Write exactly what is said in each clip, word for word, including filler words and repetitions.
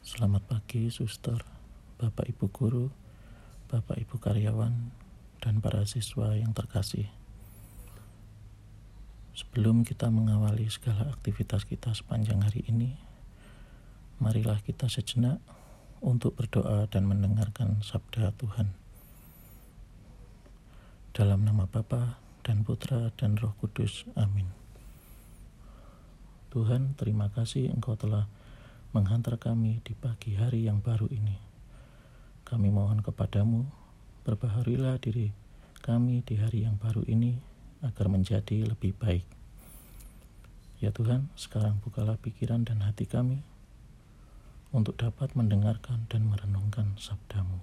Selamat pagi, suster, Bapak Ibu guru, Bapak Ibu karyawan, dan para siswa yang terkasih. Sebelum kita mengawali segala aktivitas kita sepanjang hari ini, marilah kita sejenak untuk berdoa dan mendengarkan sabda Tuhan. Dalam nama Bapa dan Putra dan Roh Kudus. Amin. Tuhan, terima kasih Engkau telah menghantar kami di pagi hari yang baru ini. Kami mohon kepadamu, perbaharilah diri kami di hari yang baru ini agar menjadi lebih baik. Ya Tuhan, sekarang bukalah pikiran dan hati kami untuk dapat mendengarkan dan merenungkan sabda-Mu.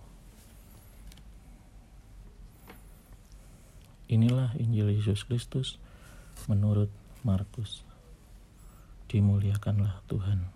Inilah Injil Yesus Kristus menurut Markus. Dimuliakanlah Tuhan.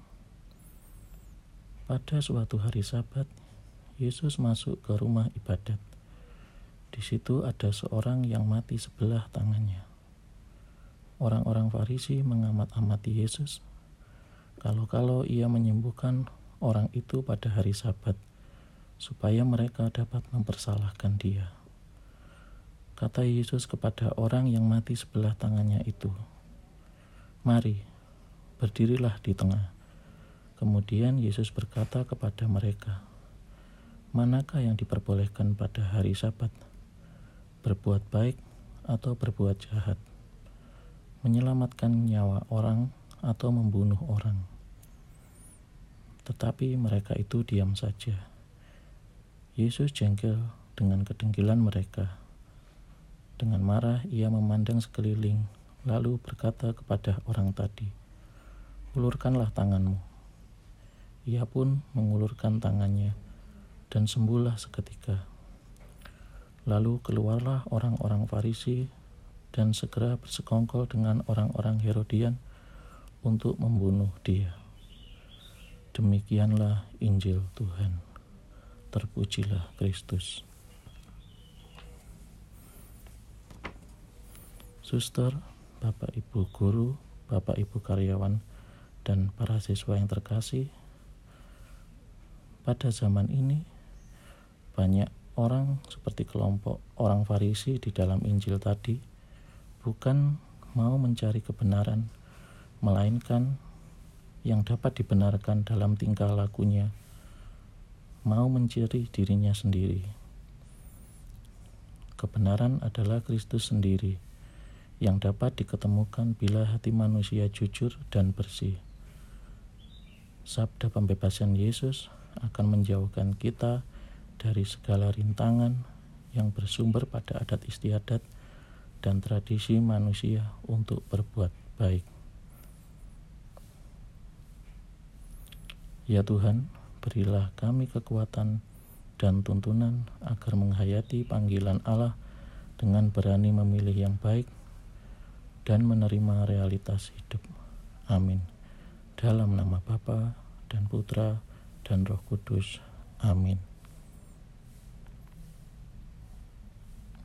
Pada suatu hari Sabat, Yesus masuk ke rumah ibadat. Di situ ada seorang yang mati sebelah tangannya. Orang-orang Farisi mengamat-amati Yesus, kalau-kalau ia menyembuhkan orang itu pada hari Sabat, supaya mereka dapat mempersalahkan dia. Kata Yesus kepada orang yang mati sebelah tangannya itu, "Mari, berdirilah di tengah." Kemudian Yesus berkata kepada mereka, "Manakah yang diperbolehkan pada hari Sabat? Berbuat baik atau berbuat jahat? Menyelamatkan nyawa orang atau membunuh orang?" Tetapi mereka itu diam saja. Yesus jengkel dengan kedengkilan mereka. Dengan marah ia memandang sekeliling, lalu berkata kepada orang tadi, "Ulurkanlah tanganmu." Ia pun mengulurkan tangannya, dan sembuhlah seketika. Lalu keluarlah orang-orang Farisi dan segera bersekongkol dengan orang-orang Herodian untuk membunuh dia. Demikianlah Injil Tuhan. Terpujilah Kristus. Suster, Bapak Ibu guru, Bapak Ibu karyawan, dan para siswa yang terkasih, pada zaman ini banyak orang seperti kelompok orang Farisi di dalam Injil tadi bukan mau mencari kebenaran, melainkan yang dapat dibenarkan dalam tingkah lakunya, mau mencari dirinya sendiri. Kebenaran adalah Kristus sendiri yang dapat diketemukan bila hati manusia jujur dan bersih. Sabda pembebasan Yesus akan menjauhkan kita dari segala rintangan yang bersumber pada adat istiadat dan tradisi manusia untuk berbuat baik. Ya Tuhan, berilah kami kekuatan dan tuntunan agar menghayati panggilan Allah dengan berani memilih yang baik dan menerima realitas hidup. Amin. Dalam nama Bapa dan Putra dan Roh Kudus. Amin.